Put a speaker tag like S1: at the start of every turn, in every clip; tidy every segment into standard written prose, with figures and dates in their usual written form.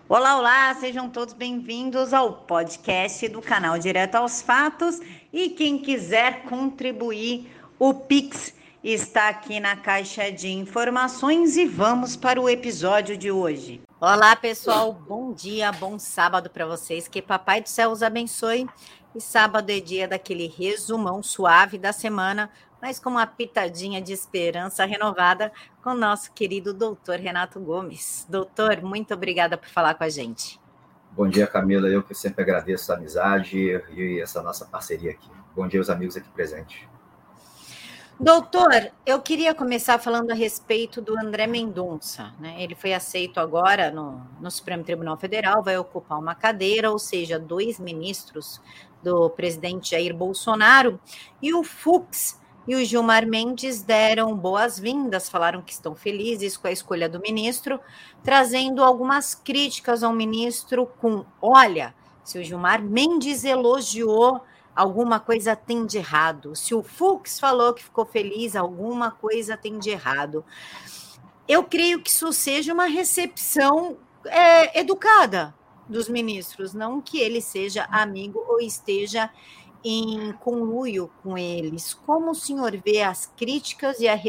S1: Olá, olá, sejam todos bem-vindos ao podcast do canal Direto aos Fatos. E quem quiser contribuir, o Pix está aqui na caixa de informações e vamos para o episódio de hoje. Olá, pessoal, bom dia, bom sábado para vocês, que Papai do Céu os abençoe. E sábado é dia daquele resumão suave da semana, mas com uma pitadinha de esperança renovada com o nosso querido doutor Renato Gomes. Doutor, muito obrigada por falar com a gente.
S2: Bom dia, Camila. Eu que sempre agradeço a amizade e essa nossa parceria aqui. Bom dia aos amigos aqui presentes.
S1: Doutor, eu queria começar falando a respeito do André Mendonça, né? Ele foi aceito agora no Supremo Tribunal Federal, vai ocupar uma cadeira, ou seja, 2 ministros do presidente Jair Bolsonaro, e o Fux e o Gilmar Mendes deram boas-vindas, falaram que estão felizes com a escolha do ministro, trazendo algumas críticas ao ministro com, olha, se o Gilmar Mendes elogiou, alguma coisa tem de errado. Se o Fux falou que ficou feliz, alguma coisa tem de errado. Eu creio que isso seja uma recepção educada dos ministros, não que ele seja amigo ou esteja em conluio com eles. Como o senhor vê as críticas e a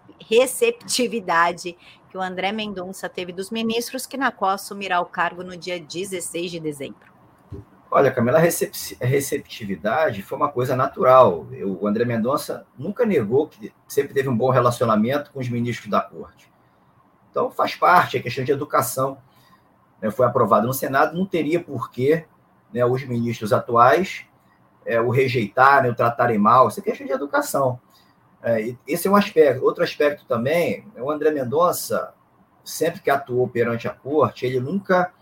S1: receptividade que o André Mendonça teve dos ministros, que na qual assumirá o cargo no dia 16 de dezembro?
S2: Olha, Camila, a receptividade foi uma coisa natural. O André Mendonça nunca negou que sempre teve um bom relacionamento com os ministros da corte. Então, faz parte, é questão de educação. Foi aprovado no Senado, não teria por que os ministros atuais o rejeitarem, o tratarem mal. Isso é questão de educação. Esse é um aspecto. Outro aspecto também, o André Mendonça, sempre que atuou perante a corte, ele nunca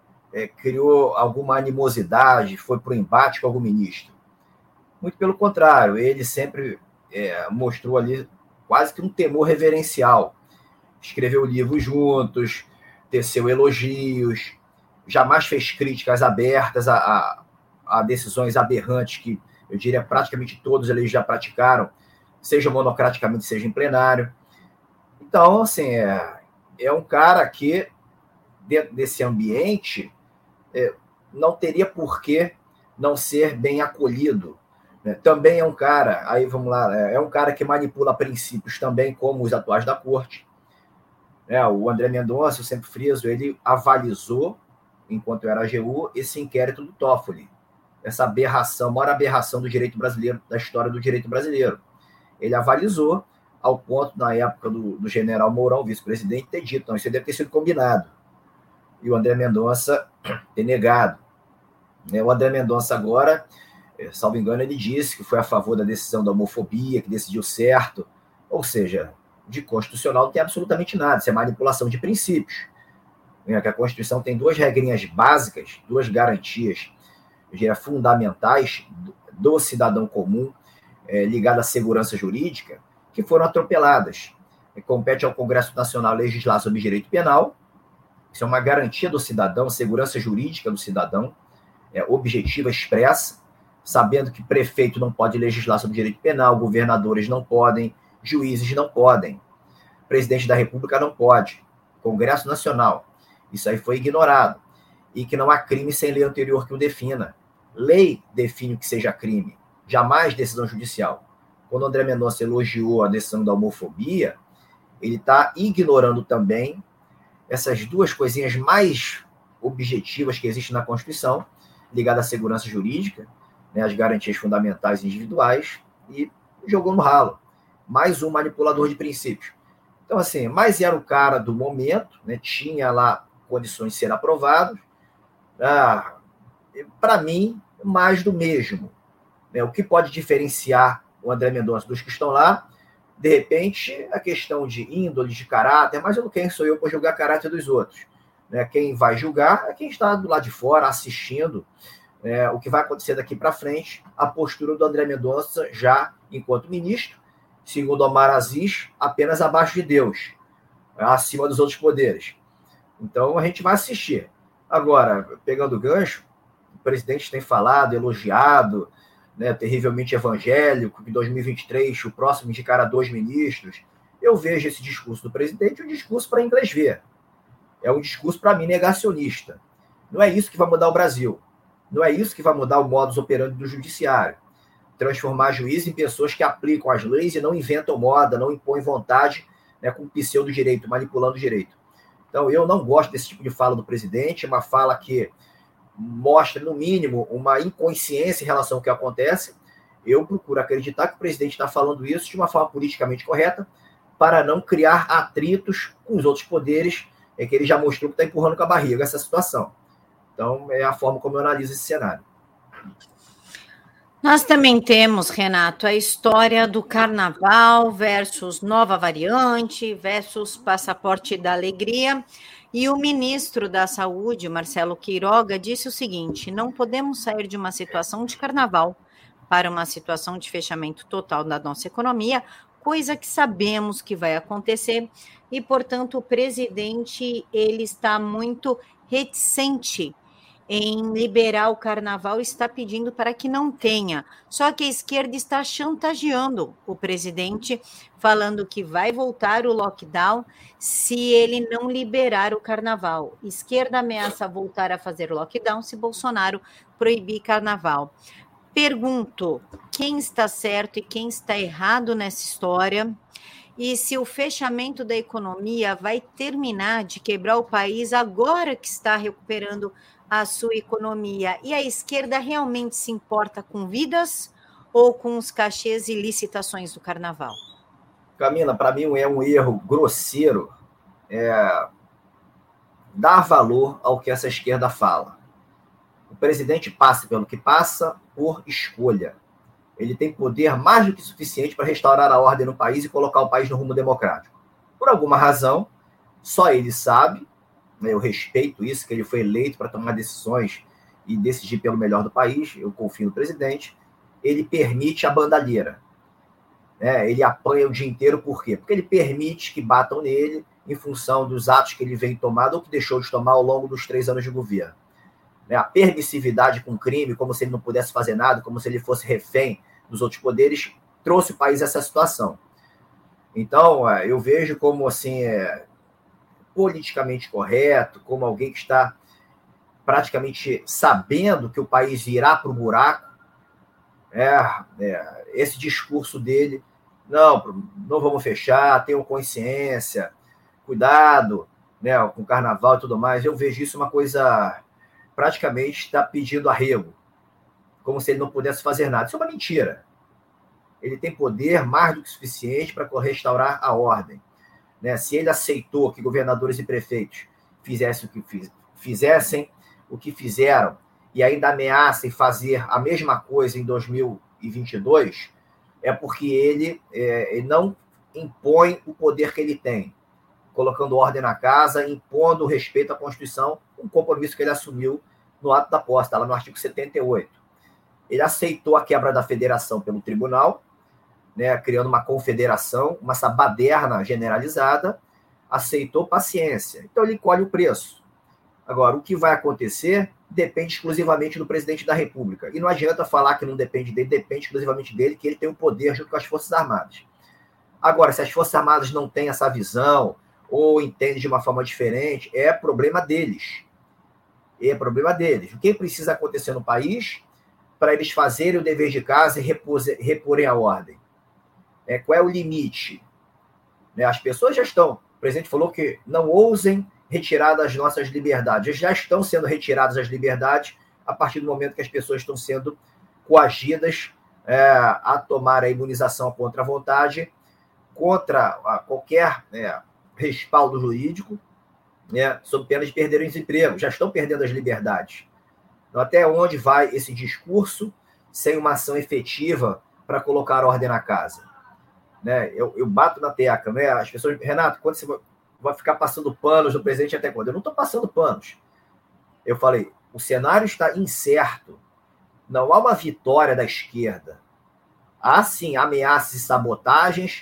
S2: criou alguma animosidade, foi para o embate com algum ministro. Muito pelo contrário, ele sempre mostrou ali quase que um temor reverencial. Escreveu livros juntos, teceu elogios, jamais fez críticas abertas a decisões aberrantes que, eu diria, praticamente todos eles já praticaram, seja monocraticamente, seja em plenário. Então, assim, é um cara que, dentro desse ambiente, não teria por que não ser bem acolhido. Também é um cara, aí vamos lá, é um cara que manipula princípios também, como os atuais da corte. O André Mendonça, eu sempre friso, ele avalizou, enquanto eu era AGU, esse inquérito do Toffoli, essa aberração, a maior aberração do direito brasileiro, da história do direito brasileiro. Ele avalizou ao ponto, na época do general Mourão, vice-presidente, ter dito, não, isso deve ter sido combinado. E o André Mendonça ter negado. O André Mendonça agora, salvo engano, ele disse que foi a favor da decisão da homofobia, que decidiu certo. Ou seja, de constitucional não tem absolutamente nada, isso é manipulação de princípios. Que a Constituição tem 2 regrinhas básicas, 2 garantias fundamentais do cidadão comum, ligada à segurança jurídica, que foram atropeladas. Compete ao Congresso Nacional legislar sobre direito penal. Isso é uma garantia do cidadão, segurança jurídica do cidadão, objetiva, expressa, sabendo que prefeito não pode legislar sobre direito penal, governadores não podem, juízes não podem, presidente da República não pode, Congresso Nacional. Isso aí foi ignorado. E que não há crime sem lei anterior que o defina. Lei define o que seja crime, jamais decisão judicial. Quando o André Mendonça elogiou a decisão da homofobia, ele está ignorando também essas 2 coisinhas mais objetivas que existem na Constituição, ligadas à segurança jurídica, as garantias fundamentais individuais, e jogou no ralo. Mais um manipulador de princípios. Então, assim, mas era o cara do momento, tinha lá condições de ser aprovado. Para mim, mais do mesmo. O que pode diferenciar o André Mendonça dos que estão lá? De repente, a questão de índole, de caráter, mas quem sou eu para julgar caráter dos outros? Quem vai julgar é quem está do lado de fora, assistindo o que vai acontecer daqui para frente, a postura do André Mendonça, já enquanto ministro, segundo Omar Aziz, apenas abaixo de Deus, acima dos outros poderes. Então, a gente vai assistir. Agora, pegando o gancho, o presidente tem falado, elogiado, terrivelmente evangélico, que em 2023 o próximo indicará 2 ministros. Eu vejo esse discurso do presidente um discurso para inglês ver. É um discurso, para mim, negacionista. Não é isso que vai mudar o Brasil. Não é isso que vai mudar o modus operandi do judiciário. Transformar juízes em pessoas que aplicam as leis e não inventam moda, não impõem vontade, né, com pseudo-direito, manipulando o direito. Então, eu não gosto desse tipo de fala do presidente, é uma fala que mostra, no mínimo, uma inconsciência em relação ao que acontece. Eu procuro acreditar que o presidente está falando isso de uma forma politicamente correta, para não criar atritos com os outros poderes, que ele já mostrou que está empurrando com a barriga essa situação. Então, é a forma como eu analiso esse cenário.
S1: Nós também temos, Renato, a história do carnaval versus nova variante versus passaporte da alegria. E o ministro da Saúde, Marcelo Queiroga, disse o seguinte: não podemos sair de uma situação de carnaval para uma situação de fechamento total da nossa economia, coisa que sabemos que vai acontecer. E, portanto, o presidente ele está muito reticente em liberar o carnaval, está pedindo para que não tenha. Só que a esquerda está chantageando o presidente, falando que vai voltar o lockdown se ele não liberar o carnaval. Esquerda ameaça voltar a fazer lockdown se Bolsonaro proibir carnaval. Pergunto, quem está certo e quem está errado nessa história? E se o fechamento da economia vai terminar de quebrar o país agora que está recuperando a sua economia? E a esquerda realmente se importa com vidas ou com os cachês e licitações do carnaval?
S2: Camila, para mim é um erro grosseiro dar valor ao que essa esquerda fala. O presidente passa pelo que passa por escolha. Ele tem poder mais do que suficiente para restaurar a ordem no país e colocar o país no rumo democrático. Por alguma razão, só ele sabe, né, eu respeito isso, que ele foi eleito para tomar decisões e decidir pelo melhor do país, eu confio no presidente, ele permite a bandalheira. Ele apanha o dia inteiro, por quê? Porque ele permite que batam nele em função dos atos que ele vem tomando ou que deixou de tomar ao longo dos 3 anos de governo. A permissividade com o crime, como se ele não pudesse fazer nada, como se ele fosse refém dos outros poderes, trouxe o país a essa situação. Então, eu vejo como assim, politicamente correto, como alguém que está praticamente sabendo que o país irá para o buraco. Esse discurso dele, não vamos fechar, tenham consciência, cuidado, né, com o carnaval e tudo mais. Eu vejo isso uma coisa... praticamente está pedindo arrego, como se ele não pudesse fazer nada. Isso é uma mentira. Ele tem poder mais do que suficiente para restaurar a ordem. Se ele aceitou que governadores e prefeitos fizessem o que fizeram e ainda ameacem fazer a mesma coisa em 2022, é porque ele não impõe o poder que ele tem, colocando ordem na casa, impondo o respeito à Constituição, um compromisso que ele assumiu no ato da posse, está lá no artigo 78. Ele aceitou a quebra da federação pelo tribunal, criando uma confederação, uma baderna generalizada, aceitou paciência. Então ele colhe o preço. Agora, o que vai acontecer depende exclusivamente do presidente da República. E não adianta falar que não depende dele, depende exclusivamente dele, que ele tem o poder junto com as Forças Armadas. Agora, se as Forças Armadas não têm essa visão, ou entendem de uma forma diferente, é problema deles. É problema deles. O que precisa acontecer no país para eles fazerem o dever de casa e reporem a ordem? Qual é o limite? As pessoas já estão... O presidente falou que não ousem retirar das nossas liberdades. Já estão sendo retiradas as liberdades a partir do momento que as pessoas estão sendo coagidas a tomar a imunização contra a vontade, contra qualquer respaldo jurídico, sob pena de perderem os empregos. Já estão perdendo as liberdades. Então, até onde vai esse discurso sem uma ação efetiva para colocar ordem na casa? Eu bato na tecla. As pessoas... Renato, quando você vai ficar passando panos do presidente até quando? Eu não estou passando panos. Eu falei, o cenário está incerto. Não há uma vitória da esquerda. Há, sim, ameaças e sabotagens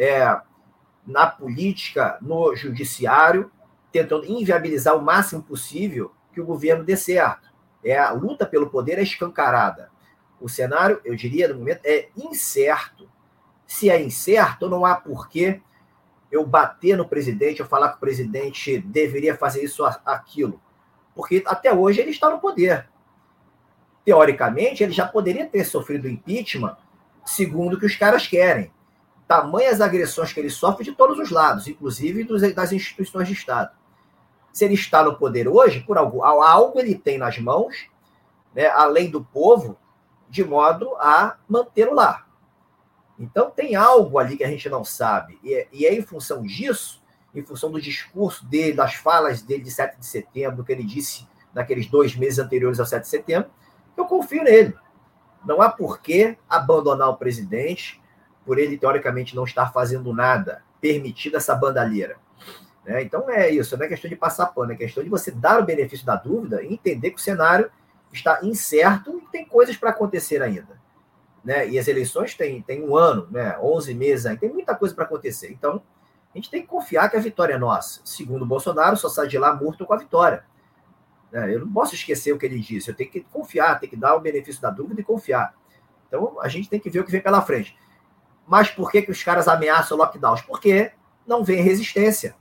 S2: na política, no judiciário, tentando inviabilizar o máximo possível que o governo dê certo. A luta pelo poder é escancarada. O cenário, eu diria, no momento, é incerto. Se é incerto, não há porquê eu bater no presidente, eu falar que o presidente deveria fazer isso, aquilo. porque até hoje ele está no poder. Teoricamente, ele já poderia ter sofrido impeachment segundo o que os caras querem. Tamanhas agressões que ele sofre de todos os lados, inclusive das instituições de Estado. Se ele está no poder hoje, por algo ele tem nas mãos, né, além do povo, de modo a mantê-lo lá. Então tem algo ali que a gente não sabe. E é em função disso, em função do discurso dele, das falas dele de 7 de setembro, do que ele disse naqueles 2 meses anteriores ao 7 de setembro, eu confio nele. Não há por que abandonar o presidente, por ele, teoricamente, não estar fazendo nada, permitida essa bandalheira. Né? Então é isso, não é questão de passar pano, é questão de você dar o benefício da dúvida e entender que o cenário está incerto e tem coisas para acontecer ainda. Né? E as eleições têm 1 ano, né? 11 meses ainda, tem muita coisa para acontecer. Então, a gente tem que confiar que a vitória é nossa. Segundo o Bolsonaro, só sai de lá morto com a vitória. Eu não posso esquecer o que ele disse, eu tenho que confiar, tenho que dar o benefício da dúvida e confiar. Então, a gente tem que ver o que vem pela frente. Mas por que os caras ameaçam lockdowns? Porque não vem resistência.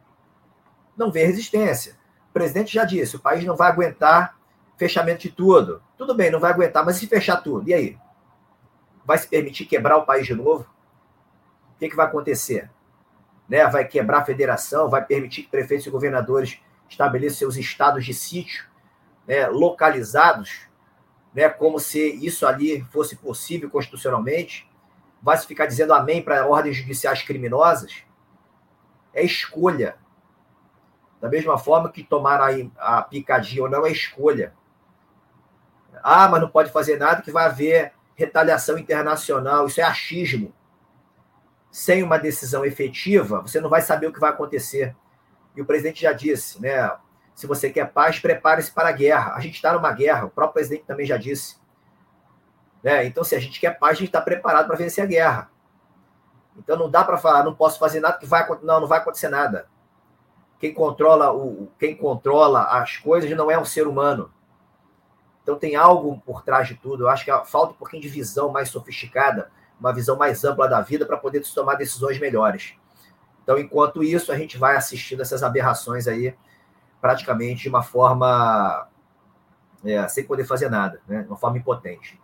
S2: Não vem resistência. O presidente já disse, o país não vai aguentar fechamento de tudo. Tudo bem, não vai aguentar, mas e se fechar tudo? E aí? Vai se permitir quebrar o país de novo? O que vai acontecer? Né? Vai quebrar a federação, vai permitir que prefeitos e governadores estabeleçam seus estados de sítio, né, localizados, né, como se isso ali fosse possível constitucionalmente? Vai se ficar dizendo amém para ordens judiciais criminosas? É escolha. Da mesma forma que tomar a picadinha ou não é escolha. Mas não pode fazer nada que vai haver retaliação internacional. Isso é achismo. Sem uma decisão efetiva, você não vai saber o que vai acontecer. E o presidente já disse, né? Se você quer paz, prepare-se para a guerra. A gente está numa guerra, o próprio presidente também já disse. Né? Então, se a gente quer paz, a gente está preparado para vencer a guerra. Então, não dá para falar, não posso fazer nada, não vai acontecer nada. Quem controla as coisas não é um ser humano. Então, tem algo por trás de tudo. Eu acho que falta um pouquinho de visão mais sofisticada, uma visão mais ampla da vida para poder tomar decisões melhores. Então, enquanto isso, a gente vai assistindo essas aberrações aí, praticamente de uma forma sem poder fazer nada, né? De uma forma impotente.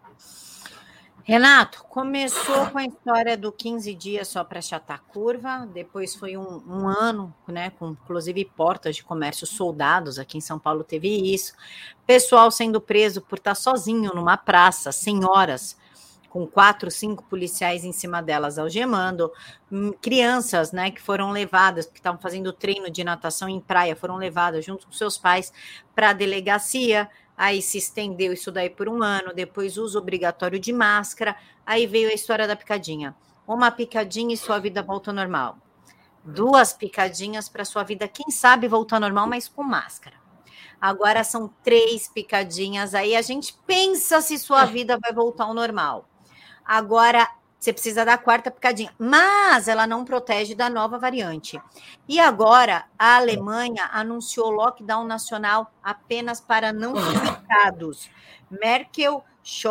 S1: Renato, começou com a história do 15 dias só para achatar a curva, depois foi um ano, né, com inclusive portas de comércio soldados, aqui em São Paulo teve isso, pessoal sendo preso por estar sozinho numa praça, senhoras, com 4, 5 policiais em cima delas algemando, crianças, né, que foram levadas, porque estavam fazendo treino de natação em praia, foram levadas junto com seus pais para a delegacia. Aí se estendeu isso daí por 1 ano, depois uso obrigatório de máscara, aí veio a história da picadinha. Uma picadinha e sua vida volta ao normal. 2 picadinhas para sua vida, quem sabe, voltar ao normal, mas com máscara. Agora são 3 picadinhas, aí a gente pensa se sua vida vai voltar ao normal. Agora você precisa da 4ª picadinha, mas ela não protege da nova variante. E agora a Alemanha anunciou lockdown nacional apenas para não infectados. Merkel,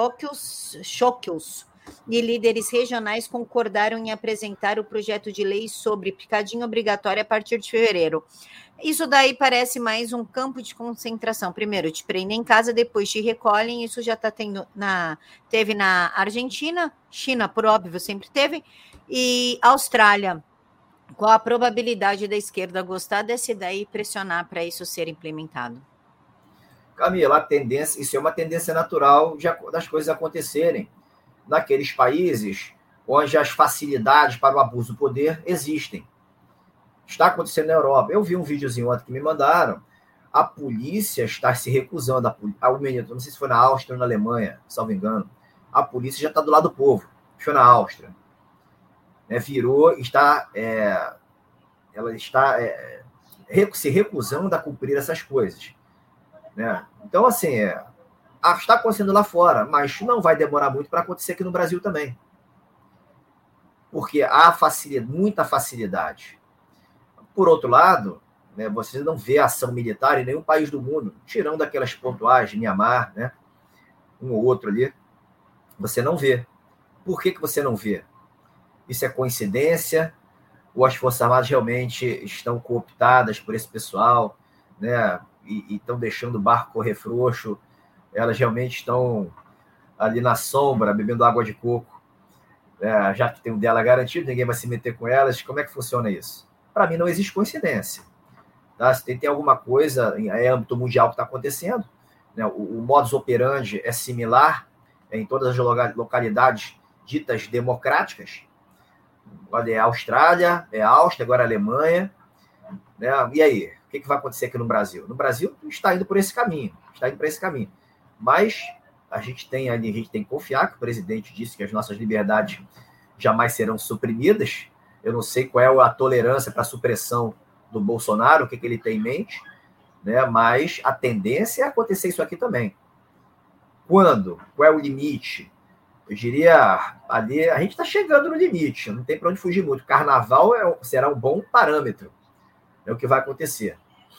S1: Schöckels e líderes regionais concordaram em apresentar o projeto de lei sobre picadinha obrigatória a partir de fevereiro. Isso daí parece mais um campo de concentração. Primeiro te prendem em casa, depois te recolhem. Isso já está teve na Argentina, China, por óbvio, sempre teve, e Austrália. Qual a probabilidade da esquerda gostar dessa ideia e pressionar para isso ser implementado?
S2: Camila, isso é uma tendência natural das coisas acontecerem naqueles países onde as facilidades para o abuso do poder existem. Está acontecendo na Europa. Eu vi um videozinho ontem que me mandaram. A polícia está se recusando. Não sei se foi na Áustria ou na Alemanha, salvo engano. A polícia já está do lado do povo. Foi na Áustria. Virou, ela está se recusando a cumprir essas coisas. Né? Então, assim, está acontecendo lá fora, mas não vai demorar muito para acontecer aqui no Brasil também. Porque há muita facilidade. Por outro lado, né, você não vê ação militar em nenhum país do mundo, tirando aquelas pontuais de Mianmar, né, um ou outro ali, você não vê. Por que você não vê? Isso é coincidência? Ou as Forças Armadas realmente estão cooptadas por esse pessoal, né, e estão deixando o barco correr frouxo, elas realmente estão ali na sombra, bebendo água de coco, já que tem o dela garantido, ninguém vai se meter com elas. Como é que funciona isso? Para mim, não existe coincidência. Tá? Se tem alguma coisa em âmbito mundial que está acontecendo, né? O modus operandi é similar em todas as localidades ditas democráticas. Olha, é a Austrália, é a Áustria, agora a Alemanha. Né? E aí? O que vai acontecer aqui no Brasil? No Brasil, está indo por esse caminho. Está indo para esse caminho. Mas a gente tem que confiar que o presidente disse que as nossas liberdades jamais serão suprimidas. Eu não sei qual é a tolerância para a supressão do Bolsonaro, o que ele tem em mente, né? Mas a tendência é acontecer isso aqui também. Quando? Qual é o limite? Eu diria, ali a gente está chegando no limite, não tem para onde fugir muito. Carnaval será um bom parâmetro. É o que vai acontecer.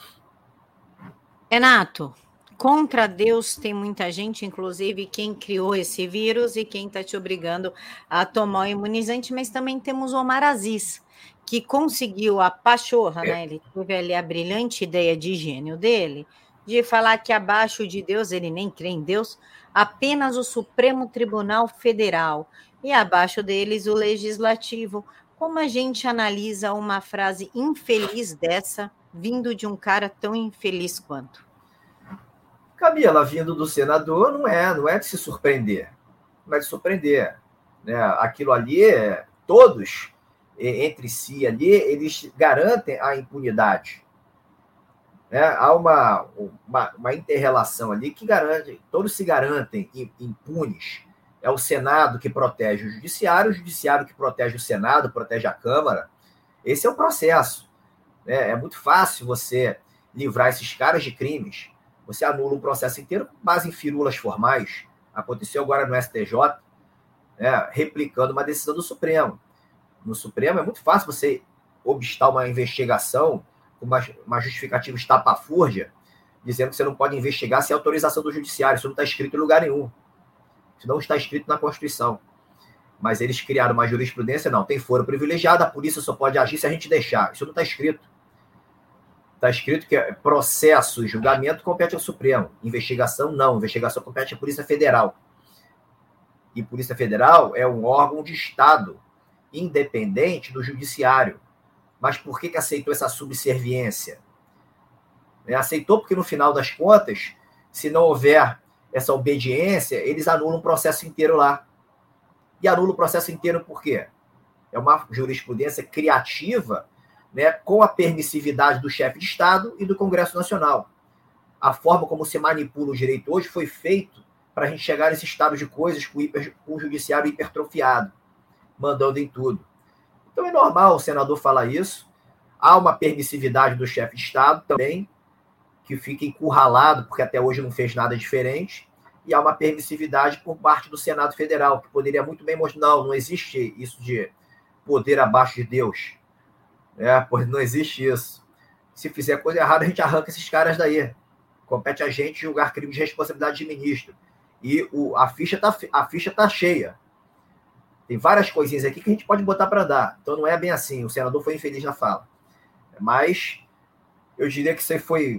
S1: Renato, contra Deus tem muita gente, inclusive quem criou esse vírus e quem está te obrigando a tomar o imunizante, mas também temos o Omar Aziz, que conseguiu a pachorra, né? Ele teve ali a brilhante ideia de gênio dele, de falar que abaixo de Deus, ele nem crê em Deus, apenas o Supremo Tribunal Federal e abaixo deles o Legislativo. Como a gente analisa uma frase infeliz dessa, vindo de um cara tão infeliz quanto?
S2: Camila, vindo do senador, não é de se surpreender. Não é de surpreender. Né? Aquilo ali, todos entre si ali, eles garantem a impunidade. Né? Há uma inter-relação ali que garante, todos se garantem impunes. É o Senado que protege o Judiciário que protege o Senado, protege a Câmara. Esse é o processo. Né? É muito fácil você livrar esses caras de crimes. Você anula um processo inteiro com base em firulas formais. Aconteceu agora no STJ, né? Replicando uma decisão do Supremo. No Supremo é muito fácil você obstar uma investigação com uma justificativa estapafúrdia, dizendo que você não pode investigar sem autorização do Judiciário. Isso não está escrito em lugar nenhum. Isso não está escrito na Constituição. Mas eles criaram uma jurisprudência, não, tem foro privilegiado, a polícia só pode agir se a gente deixar. Isso não está escrito. Está escrito que processo e julgamento compete ao Supremo. Investigação, não. Investigação compete à Polícia Federal. E Polícia Federal é um órgão de Estado independente do Judiciário. Mas por que aceitou essa subserviência? Aceitou porque, no final das contas, se não houver essa obediência, eles anulam o processo inteiro lá. E anulam o processo inteiro por quê? É uma jurisprudência criativa, né, com a permissividade do chefe de Estado e do Congresso Nacional. A forma como se manipula o direito hoje foi feito para a gente chegar nesse estado de coisas com o judiciário hipertrofiado, mandando em tudo. Então é normal o senador falar isso. Há uma permissividade do chefe de Estado também, que fica encurralado, porque até hoje não fez nada diferente, e há uma permissividade por parte do Senado Federal, que poderia muito bem mostrar, não existe isso de poder abaixo de Deus. Pois não existe isso. Se fizer coisa errada, a gente arranca esses caras daí. Compete a gente julgar crime de responsabilidade de ministro. E a ficha tá cheia. Tem várias coisinhas aqui que a gente pode botar para andar. Então não é bem assim. O senador foi infeliz na fala. Mas eu diria que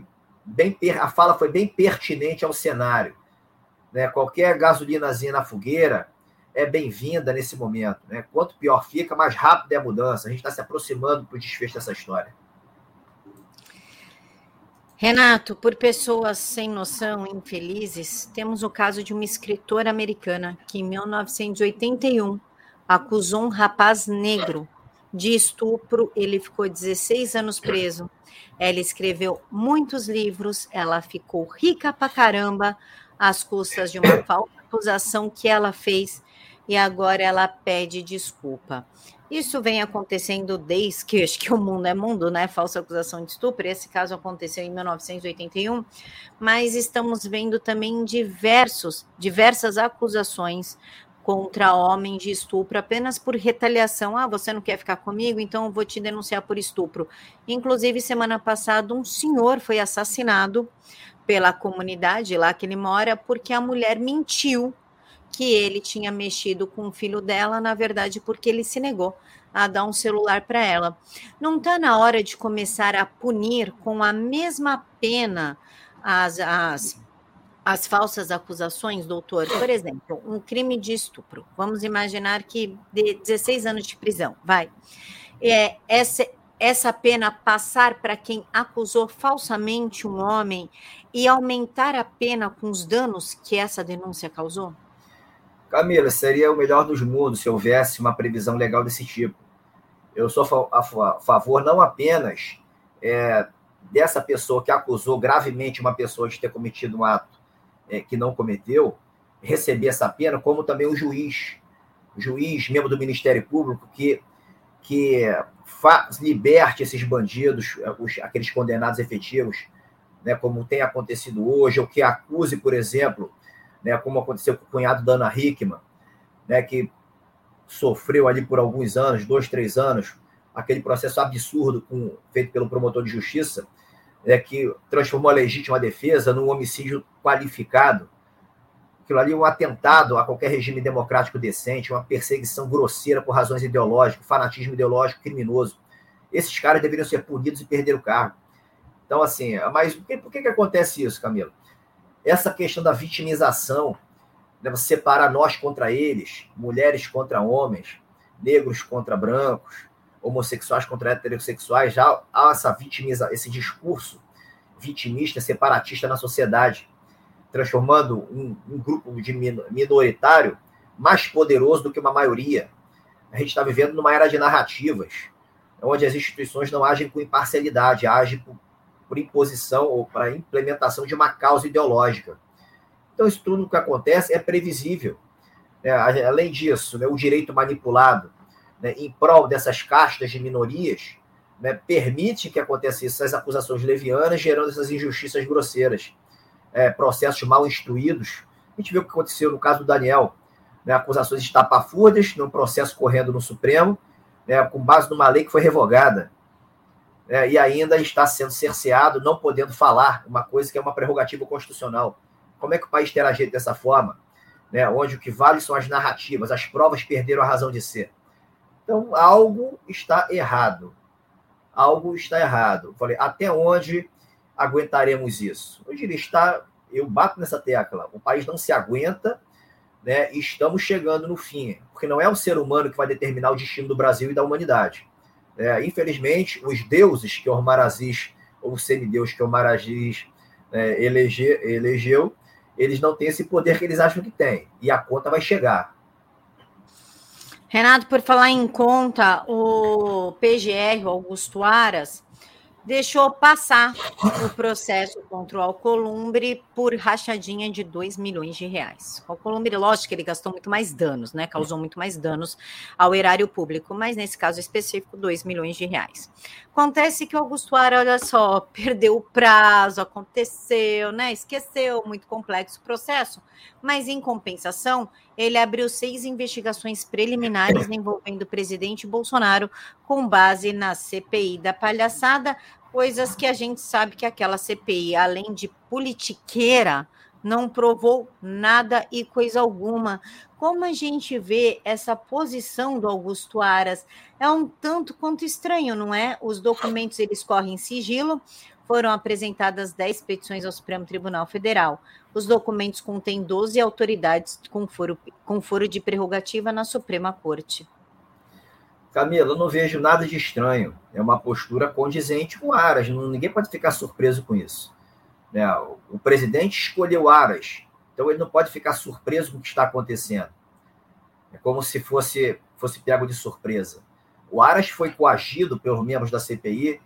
S2: a fala foi bem pertinente ao cenário. Né? Qualquer gasolinazinha na fogueira é bem-vinda nesse momento. Né? Quanto pior fica, mais rápido é a mudança. A gente está se aproximando para o desfecho dessa história.
S1: Renato, por pessoas sem noção, infelizes, temos o caso de uma escritora americana que, em 1981, acusou um rapaz negro de estupro. Ele ficou 16 anos preso. Ela escreveu muitos livros, ela ficou rica pra caramba, às custas de uma falsa acusação que ela fez, e agora ela pede desculpa. Isso vem acontecendo desde que, acho que o mundo é mundo, né? Falsa acusação de estupro. Esse caso aconteceu em 1981, mas estamos vendo também diversas acusações contra homens de estupro apenas por retaliação. Você não quer ficar comigo? Então eu vou te denunciar por estupro. Inclusive, semana passada, um senhor foi assassinado pela comunidade lá que ele mora porque a mulher mentiu que ele tinha mexido com o filho dela, na verdade, porque ele se negou a dar um celular para ela. Não está na hora de começar a punir com a mesma pena as falsas acusações, doutor. Por exemplo, um crime de estupro. Vamos imaginar que de 16 anos de prisão, vai. Essa pena passar para quem acusou falsamente um homem e aumentar a pena com os danos que essa denúncia causou?
S2: Camila, seria o melhor dos mundos se houvesse uma previsão legal desse tipo. Eu sou a favor não apenas dessa pessoa que acusou gravemente uma pessoa de ter cometido um ato que não cometeu, receber essa pena, como também o juiz, membro do Ministério Público, que liberte esses bandidos, aqueles condenados efetivos, né, como tem acontecido hoje, ou que acuse, por exemplo, né, como aconteceu com o cunhado da Ana Hickman, né, que sofreu ali por alguns anos, 2, 3 anos, aquele processo absurdo feito pelo promotor de justiça, que transformou a legítima defesa num homicídio qualificado. Aquilo ali é um atentado a qualquer regime democrático decente, uma perseguição grosseira por razões ideológicas, fanatismo ideológico criminoso. Esses caras deveriam ser punidos e perder o cargo. Então, assim, mas por que acontece isso, Camilo? Essa questão da vitimização, né, você separa nós contra eles, mulheres contra homens, negros contra brancos, homossexuais contra heterossexuais, já há esse discurso vitimista, separatista na sociedade, transformando um grupo de minoritário mais poderoso do que uma maioria. A gente está vivendo numa era de narrativas, onde as instituições não agem com imparcialidade, agem por imposição ou para implementação de uma causa ideológica. Então, isso tudo que acontece é previsível. Além disso, o direito manipulado, em prol dessas castas de minorias, permite que aconteçam essas acusações levianas, gerando essas injustiças grosseiras, processos mal instruídos. A gente viu o que aconteceu no caso do Daniel, acusações estapafúrdias, num processo correndo no Supremo, com base numa lei que foi revogada, e ainda está sendo cerceado, não podendo falar, uma coisa que é uma prerrogativa constitucional. Como é que o país terá jeito dessa forma, onde o que vale são as narrativas, as provas perderam a razão de ser? Então, algo está errado. Algo está errado. Falei, até onde aguentaremos isso? Eu diria, eu bato nessa tecla, o país não se aguenta, e estamos chegando no fim, porque não é o ser humano que vai determinar o destino do Brasil e da humanidade. Infelizmente, os deuses que Omar Aziz, ou o semideus que Omar Aziz elegeu, eles não têm esse poder que eles acham que têm, e a conta vai chegar.
S1: Renato, por falar em conta, o PGR, o Augusto Aras, deixou passar o processo contra o Alcolumbre por rachadinha de R$2 milhões. O Alcolumbre, lógico que ele gastou muito mais danos, causou muito mais danos ao erário público, mas nesse caso específico, R$2 milhões. Acontece que o Augusto Aras, olha só, perdeu o prazo, aconteceu, esqueceu, muito complexo o processo, mas em compensação, ele abriu 6 investigações preliminares envolvendo o presidente Bolsonaro com base na CPI da palhaçada, coisas que a gente sabe que aquela CPI, além de politiqueira, não provou nada e coisa alguma. Como a gente vê essa posição do Augusto Aras? É um tanto quanto estranho, não é? Os documentos, eles correm em sigilo, foram apresentadas 10 petições ao Supremo Tribunal Federal. Os documentos contêm 12 autoridades com foro de prerrogativa na Suprema Corte.
S2: Camila, eu não vejo nada de estranho. É uma postura condizente com Aras. Ninguém pode ficar surpreso com isso. O presidente escolheu Aras, então ele não pode ficar surpreso com o que está acontecendo. É como se fosse pego de surpresa. O Aras foi coagido pelos membros da CPI.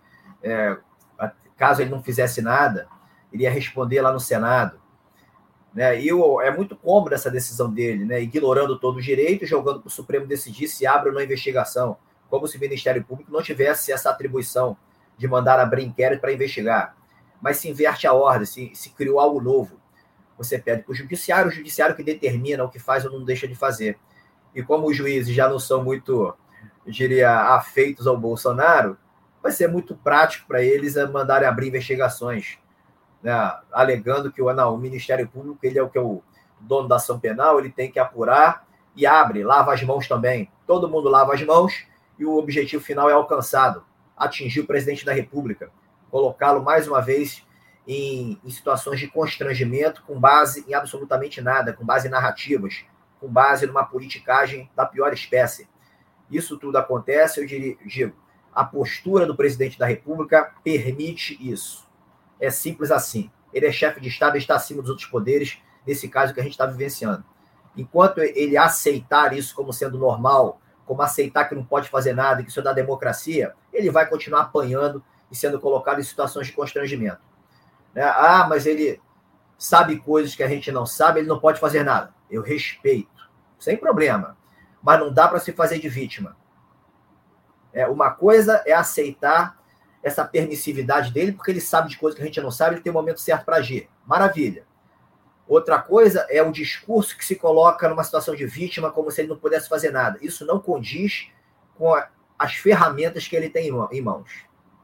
S2: Caso ele não fizesse nada, iria responder lá no Senado. E é muito cômodo essa decisão dele, ignorando todo o direito, jogando para o Supremo decidir se abre ou não a investigação, como se o Ministério Público não tivesse essa atribuição de mandar abrir inquérito para investigar. Mas se inverte a ordem, se criou algo novo. Você pede para o judiciário que determina o que faz ou não deixa de fazer. E como os juízes já não são muito, eu diria, afeitos ao Bolsonaro, vai ser muito prático para eles mandarem abrir investigações, alegando que o Ministério Público, ele é o dono da ação penal, ele tem que apurar e lava as mãos também. Todo mundo lava as mãos e o objetivo final é alcançado, atingir o presidente da República, colocá-lo mais uma vez em situações de constrangimento com base em absolutamente nada, com base em narrativas, com base numa politicagem da pior espécie. Isso tudo acontece, eu digo, a postura do presidente da República permite isso. É simples assim. Ele é chefe de Estado e está acima dos outros poderes, nesse caso que a gente está vivenciando. Enquanto ele aceitar isso como sendo normal, como aceitar que não pode fazer nada, que isso é da democracia, ele vai continuar apanhando e sendo colocado em situações de constrangimento. Mas ele sabe coisas que a gente não sabe, ele não pode fazer nada. Eu respeito, sem problema. Mas não dá para se fazer de vítima. Uma coisa é aceitar essa permissividade dele, porque ele sabe de coisas que a gente não sabe, ele tem o momento certo para agir. Maravilha. Outra coisa é o discurso que se coloca numa situação de vítima, como se ele não pudesse fazer nada. Isso não condiz com as ferramentas que ele tem em mãos.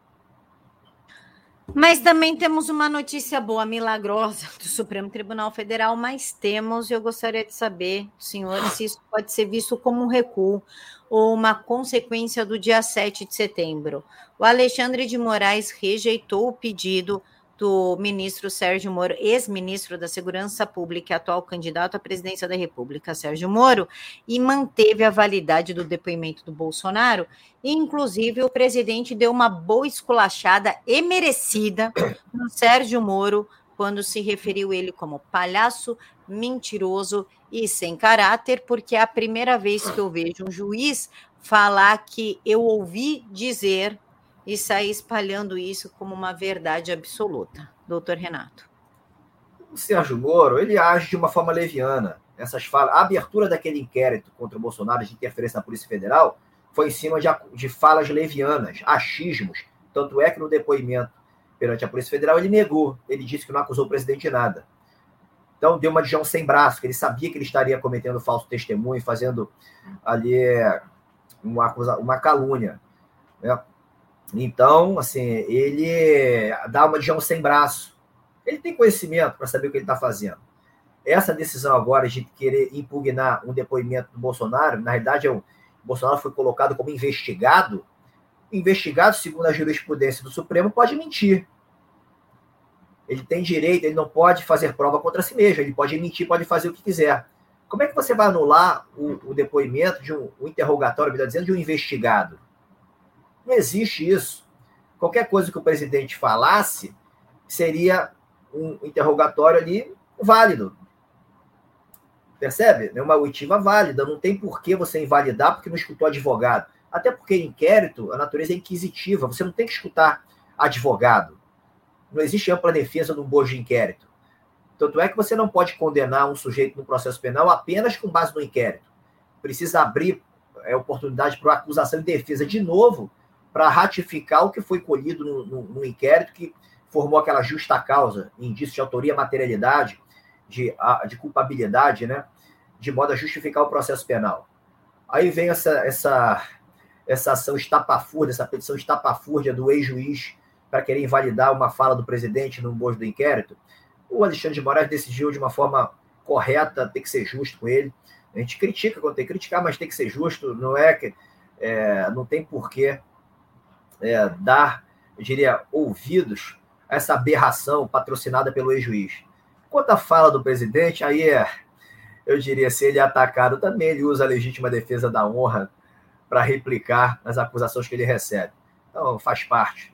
S1: Mas também temos uma notícia boa, milagrosa, do Supremo Tribunal Federal, mas eu gostaria de saber, senhor, se isso pode ser visto como um recuo ou uma consequência do dia 7 de setembro. O Alexandre de Moraes rejeitou o pedido do ministro Sérgio Moro, ex-ministro da Segurança Pública e atual candidato à presidência da República, Sérgio Moro, e manteve a validade do depoimento do Bolsonaro. E, inclusive, o presidente deu uma boa esculachada e merecida no Sérgio Moro, quando se referiu ele como palhaço, mentiroso e sem caráter, porque é a primeira vez que eu vejo um juiz falar que eu ouvi dizer e sair espalhando isso como uma verdade absoluta. Doutor Renato.
S2: O Sérgio Moro, ele age de uma forma leviana. Essas falas, a abertura daquele inquérito contra o Bolsonaro de interferência na Polícia Federal foi em cima de falas levianas, achismos. Tanto é que no depoimento perante a Polícia Federal ele negou, ele disse que não acusou o presidente de nada. Então deu uma de João sem braço, que ele sabia que ele estaria cometendo falso testemunho, fazendo ali uma calúnia, né? Então, assim, ele dá uma de João sem braço. Ele tem conhecimento para saber o que ele está fazendo. Essa decisão agora de querer impugnar um depoimento do Bolsonaro, na realidade, o Bolsonaro foi colocado como investigado. Investigado, segundo a jurisprudência do Supremo, pode mentir. Ele tem direito, ele não pode fazer prova contra si mesmo, ele pode mentir, pode fazer o que quiser. Como é que você vai anular o depoimento de um interrogatório, melhor dizendo, de um investigado? Não existe isso. Qualquer coisa que o presidente falasse seria um interrogatório ali válido. Percebe? É uma oitiva válida. Não tem por que você invalidar porque não escutou advogado. Até porque em inquérito, a natureza é inquisitiva. Você não tem que escutar advogado. Não existe ampla defesa de um bojo de inquérito. Tanto é que você não pode condenar um sujeito no processo penal apenas com base no inquérito. Precisa abrir oportunidade para a acusação e defesa de novo para ratificar o que foi colhido no inquérito que formou aquela justa causa, indício de autoria, materialidade, de culpabilidade, né? De modo a justificar o processo penal. Aí vem essa ação estapafúrdia, essa petição estapafúrdia do ex-juiz para querer invalidar uma fala do presidente no bojo do inquérito. O Alexandre de Moraes decidiu de uma forma correta, tem que ser justo com ele. A gente critica quando tem que criticar, mas tem que ser justo, não tem porquê dar, eu diria, ouvidos a essa aberração patrocinada pelo ex-juiz. Quanto à fala do presidente, aí eu diria, se ele é atacado também, ele usa a legítima defesa da honra para replicar as acusações que ele recebe. Então, faz parte.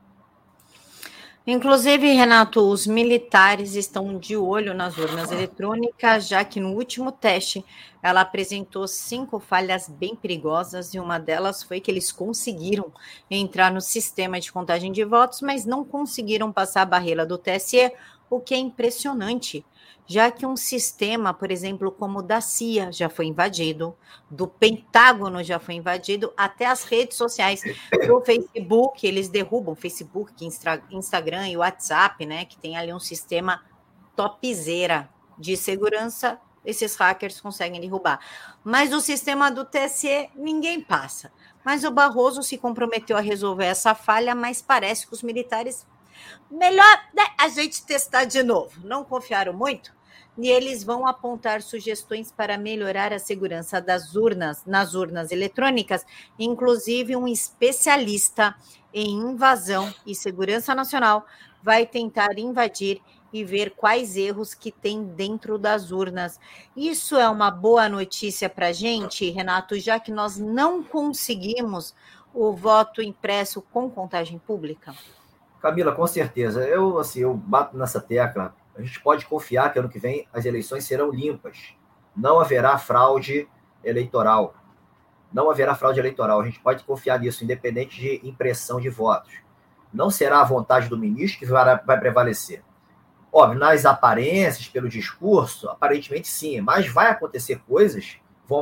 S1: Inclusive, Renato, os militares estão de olho nas urnas eletrônicas, já que no último teste ela apresentou 5 falhas bem perigosas e uma delas foi que eles conseguiram entrar no sistema de contagem de votos, mas não conseguiram passar a barreira do TSE, o que é impressionante, já que um sistema, por exemplo, como o da CIA já foi invadido, do Pentágono já foi invadido, até as redes sociais do Facebook, eles derrubam Facebook, Instagram e WhatsApp, né, que tem ali um sistema topzera de segurança, esses hackers conseguem derrubar. Mas o sistema do TSE, ninguém passa. Mas o Barroso se comprometeu a resolver essa falha, mas parece que os militares... Melhor, né, a gente testar de novo. Não confiaram muito? E eles vão apontar sugestões para melhorar a segurança das urnas, nas urnas eletrônicas, inclusive um especialista em invasão e segurança nacional vai tentar invadir e ver quais erros que tem dentro das urnas. Isso é uma boa notícia para a gente, Renato, já que nós não conseguimos o voto impresso com contagem pública?
S2: Camila, com certeza. Eu bato nessa tecla. A gente pode confiar que ano que vem as eleições serão limpas. Não haverá fraude eleitoral. Não haverá fraude eleitoral. A gente pode confiar nisso, independente de impressão de votos. Não será a vontade do ministro que vai prevalecer. Óbvio, nas aparências, pelo discurso, aparentemente sim, mas vão acontecer coisas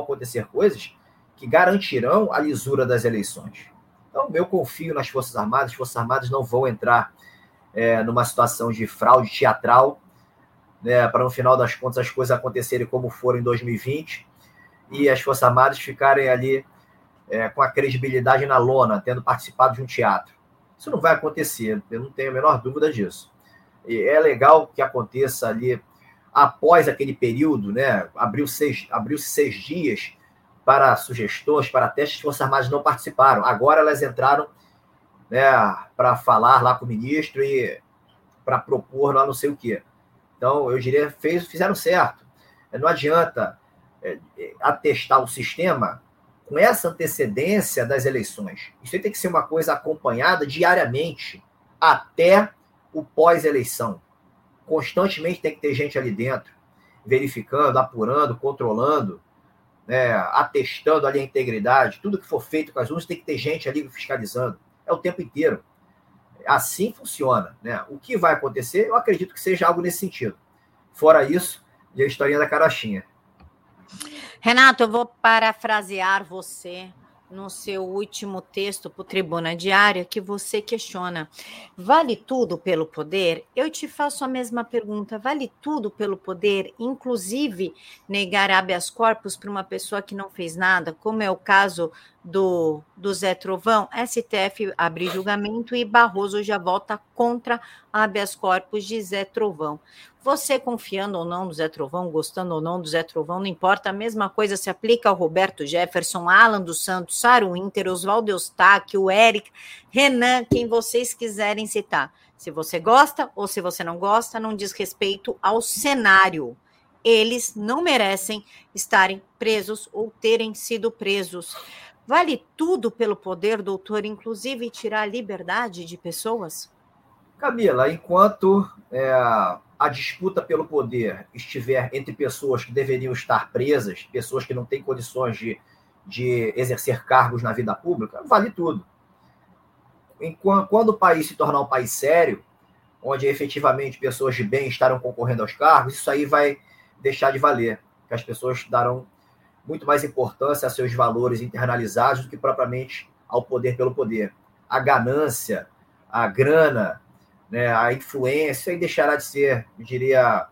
S2: que garantirão a lisura das eleições. Então, eu confio nas Forças Armadas, as Forças Armadas não vão entrar numa situação de fraude teatral, né, para no final das contas as coisas acontecerem como foram em 2020 e as Forças Armadas ficarem ali com a credibilidade na lona, tendo participado de um teatro. Isso não vai acontecer, eu não tenho a menor dúvida disso. E é legal que aconteça ali após aquele período, né? Abriu-se 6 dias para sugestões, para testes, as Forças Armadas não participaram. Agora elas entraram, né, para falar lá com o ministro e para propor lá não sei o quê. Então, eu diria, fizeram certo. Não adianta atestar o sistema com essa antecedência das eleições. Isso tem que ser uma coisa acompanhada diariamente até o pós-eleição. Constantemente tem que ter gente ali dentro, verificando, apurando, controlando, né, atestando ali a integridade. Tudo que for feito com as urnas tem que ter gente ali fiscalizando. É o tempo inteiro. Assim funciona, né? O que vai acontecer, eu acredito que seja algo nesse sentido. Fora isso, e a historinha da carochinha.
S1: Renato, eu vou parafrasear você no seu último texto para o Tribuna Diária, que você questiona: vale tudo pelo poder? Eu te faço a mesma pergunta: vale tudo pelo poder, inclusive negar habeas corpus para uma pessoa que não fez nada, como é o caso do Zé Trovão? STF abre julgamento e Barroso já vota contra habeas corpus de Zé Trovão. Você confiando ou não no Zé Trovão, gostando ou não do Zé Trovão, não importa, a mesma coisa se aplica ao Roberto Jefferson, Alan dos Santos, Saro Inter, Oswaldo Eustáquio, Eric, Renan, quem vocês quiserem citar. Se você gosta ou se você não gosta, não diz respeito ao cenário. Eles não merecem estarem presos ou terem sido presos. Vale tudo pelo poder, doutor, inclusive tirar a liberdade de pessoas?
S2: Camila, enquanto a disputa pelo poder estiver entre pessoas que deveriam estar presas, pessoas que não têm condições de exercer cargos na vida pública, vale tudo. Quando o país se tornar um país sério, onde efetivamente pessoas de bem estarão concorrendo aos cargos, isso aí vai deixar de valer, que as pessoas darão muito mais importância a seus valores internalizados do que propriamente ao poder pelo poder. A ganância, a grana, né, a influência, aí deixará de ser, eu diria,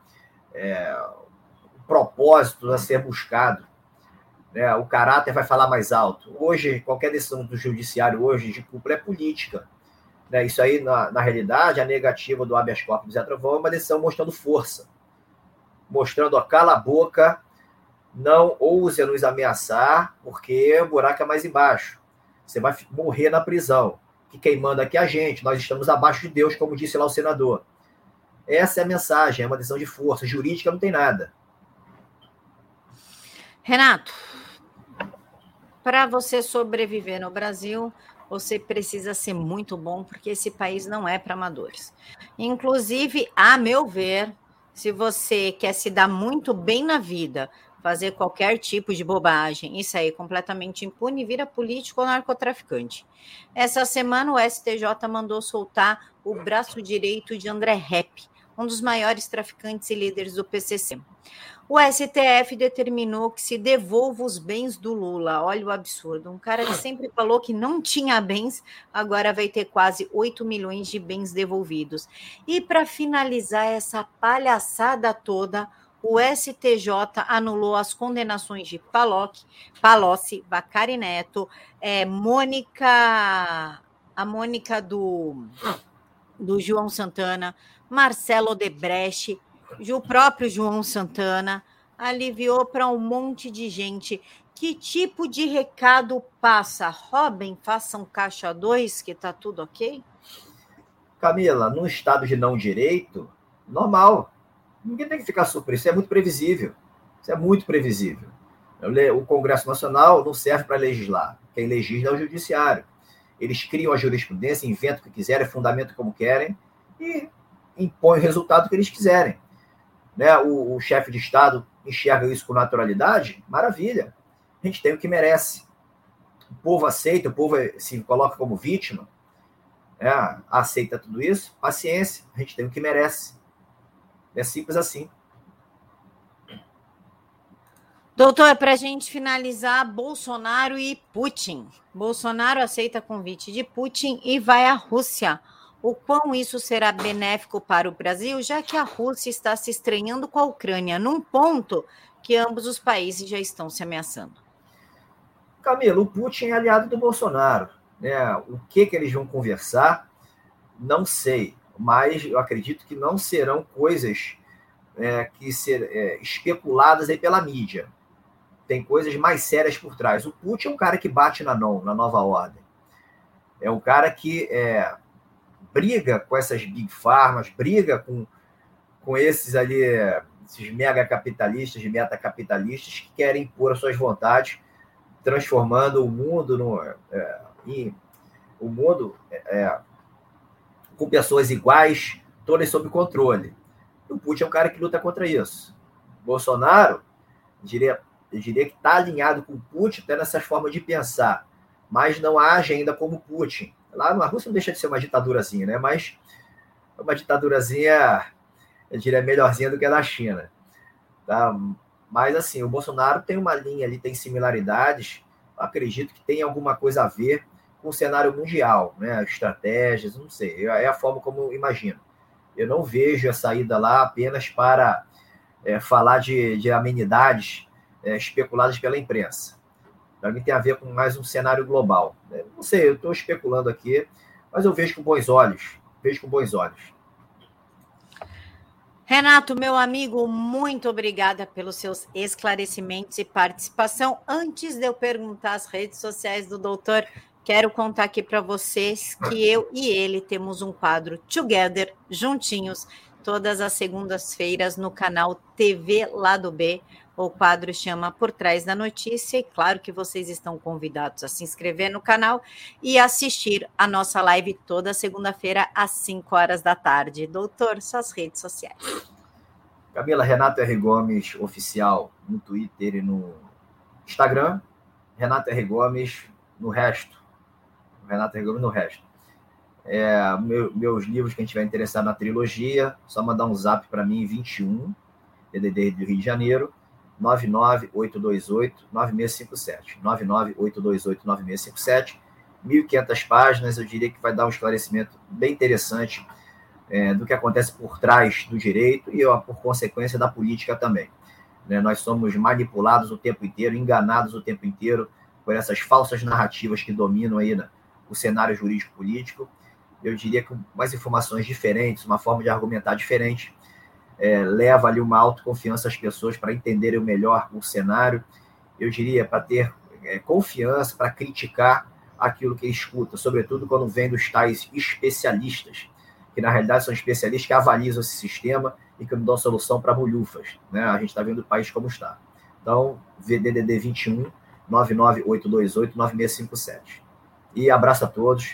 S2: o propósito a ser buscado. Né? O caráter vai falar mais alto. Hoje, qualquer decisão do judiciário hoje de cúpula é política. Né? Isso aí, na realidade, a negativa do habeas corpus do Zé Trovão é uma decisão mostrando força. Mostrando, cala a boca, não ouse nos ameaçar, porque o buraco é mais embaixo. Você vai morrer na prisão. Que quem manda aqui é a gente, nós estamos abaixo de Deus, como disse lá o senador. Essa é a mensagem, é uma decisão de força. Jurídica não tem nada.
S1: Renato, para você sobreviver no Brasil, você precisa ser muito bom, porque esse país não é para amadores. Inclusive, a meu ver, se você quer se dar muito bem na vida, fazer qualquer tipo de bobagem e sair completamente impune, vira político ou narcotraficante. Essa semana o STJ mandou soltar o braço direito de André Repp, um dos maiores traficantes e líderes do PCC. O STF determinou que se devolva os bens do Lula. Olha o absurdo. Um cara que sempre falou que não tinha bens, agora vai ter quase 8 milhões de bens devolvidos. E para finalizar essa palhaçada toda, o STJ anulou as condenações de Palocci, Vacari Neto, a Mônica do João Santana, Marcelo Odebrecht, o próprio João Santana, aliviou para um monte de gente. Que tipo de recado passa? Robin, façam caixa 2, que tá tudo ok?
S2: Camila, num estado de não direito, normal. Ninguém tem que ficar surpreso. Isso é muito previsível. Isso é muito previsível. O Congresso Nacional não serve para legislar. Quem legisla é o Judiciário. Eles criam a jurisprudência, inventam o que quiserem, fundamentam como querem e impõem o resultado que eles quiserem. Né? O chefe de Estado enxerga isso com naturalidade, maravilha. A gente tem o que merece. O povo aceita, o povo se coloca como vítima, aceita tudo isso, paciência, a gente tem o que merece. É simples assim.
S1: Doutor, para a gente finalizar, Bolsonaro e Putin. Bolsonaro aceita convite de Putin e vai à Rússia. O quão isso será benéfico para o Brasil, já que a Rússia está se estranhando com a Ucrânia, num ponto que ambos os países já estão se ameaçando.
S2: Camilo, o Putin é aliado do Bolsonaro. Né? O que eles vão conversar, não sei, mas eu acredito que não serão coisas que ser especuladas aí pela mídia. Tem coisas mais sérias por trás. O Putin é um cara que bate na nova ordem. É um cara que briga com essas big pharmas, briga com esses ali, esses mega capitalistas, metacapitalistas que querem impor as suas vontades, transformando o mundo com pessoas iguais, todas sob controle. O Putin é um cara que luta contra isso. Bolsonaro, eu diria que está alinhado com o Putin até nessas formas de pensar, mas não age ainda como Putin. Lá na Rússia não deixa de ser uma ditadurazinha, né? Mas uma ditadurazinha, eu diria, melhorzinha do que a da China. Tá? Mas, assim, o Bolsonaro tem uma linha ali, tem similaridades, eu acredito que tem alguma coisa a ver com o cenário mundial, né? Estratégias, não sei, é a forma como eu imagino. Eu não vejo a saída lá apenas para falar de amenidades especuladas pela imprensa. Para mim tem a ver com mais um cenário global. Não sei, eu estou especulando aqui, mas eu vejo com bons olhos.
S1: Renato, meu amigo, muito obrigada pelos seus esclarecimentos e participação. Antes de eu perguntar as redes sociais do doutor, quero contar aqui para vocês que eu e ele temos um quadro Together, juntinhos, todas as segundas-feiras no canal TV Lado B. O quadro chama Por Trás da Notícia e claro que vocês estão convidados a se inscrever no canal e assistir a nossa live toda segunda-feira às 5 horas da tarde. Doutor, suas redes sociais.
S2: Camila, Renato R. Gomes Oficial no Twitter e no Instagram. Renato R. Gomes no resto. Renato R. Gomes no resto. Meus livros, quem estiver interessado na trilogia, só mandar um zap para mim, 21, DDD do Rio de Janeiro, 99828-9657. 99828-9657. 1.500 páginas, eu diria que vai dar um esclarecimento bem interessante do que acontece por trás do direito e, por consequência, da política também. Nós somos manipulados o tempo inteiro, enganados o tempo inteiro por essas falsas narrativas que dominam aí o cenário jurídico-político. Eu diria que umas informações diferentes, uma forma de argumentar diferente, leva ali uma autoconfiança às pessoas para entenderem melhor o cenário, eu diria, para ter confiança, para criticar aquilo que escuta, sobretudo quando vem dos tais especialistas, que na realidade são especialistas que avalizam esse sistema e que não dão solução para bolhufas. Né? A gente está vendo o país como está. Então, DDD 21 99828-9657. E abraço a todos.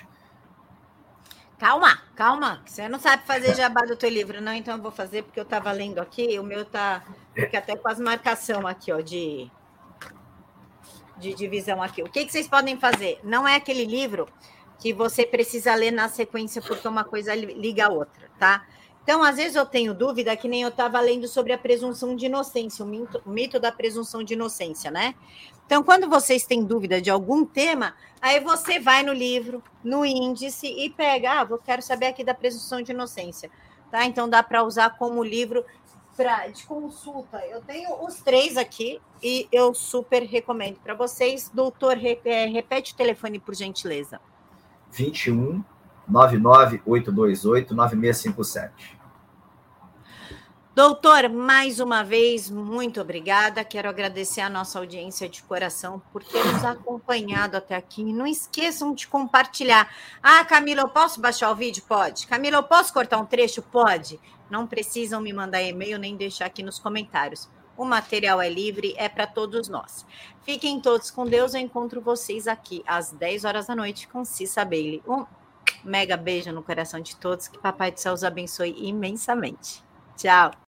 S1: Calma, você não sabe fazer jabá do teu livro, não? Então eu vou fazer, porque eu estava lendo aqui, o meu fica até com as marcação aqui, ó, de divisão aqui. O que vocês podem fazer? Não é aquele livro que você precisa ler na sequência, porque uma coisa liga a outra, tá? Então, às vezes eu tenho dúvida, que nem eu estava lendo sobre a presunção de inocência, o mito da presunção de inocência, né? Então, quando vocês têm dúvida de algum tema, aí você vai no livro, no índice e pega, eu quero saber aqui da presunção de inocência, tá? Então, dá para usar como livro de consulta. Eu tenho os 3 aqui e eu super recomendo para vocês. Doutor, repete o telefone, por gentileza.
S2: 21 99828-9657.
S1: Doutor, mais uma vez, muito obrigada. Quero agradecer a nossa audiência de coração por ter nos acompanhado até aqui. Não esqueçam de compartilhar. Ah, Camila, eu posso baixar o vídeo? Pode. Camila, eu posso cortar um trecho? Pode. Não precisam me mandar e-mail nem deixar aqui nos comentários. O material é livre, é para todos nós. Fiquem todos com Deus. Eu encontro vocês aqui às 10 horas da noite com Cissa Bailey. Um mega beijo no coração de todos. Que Papai do Céu os abençoe imensamente. Tchau.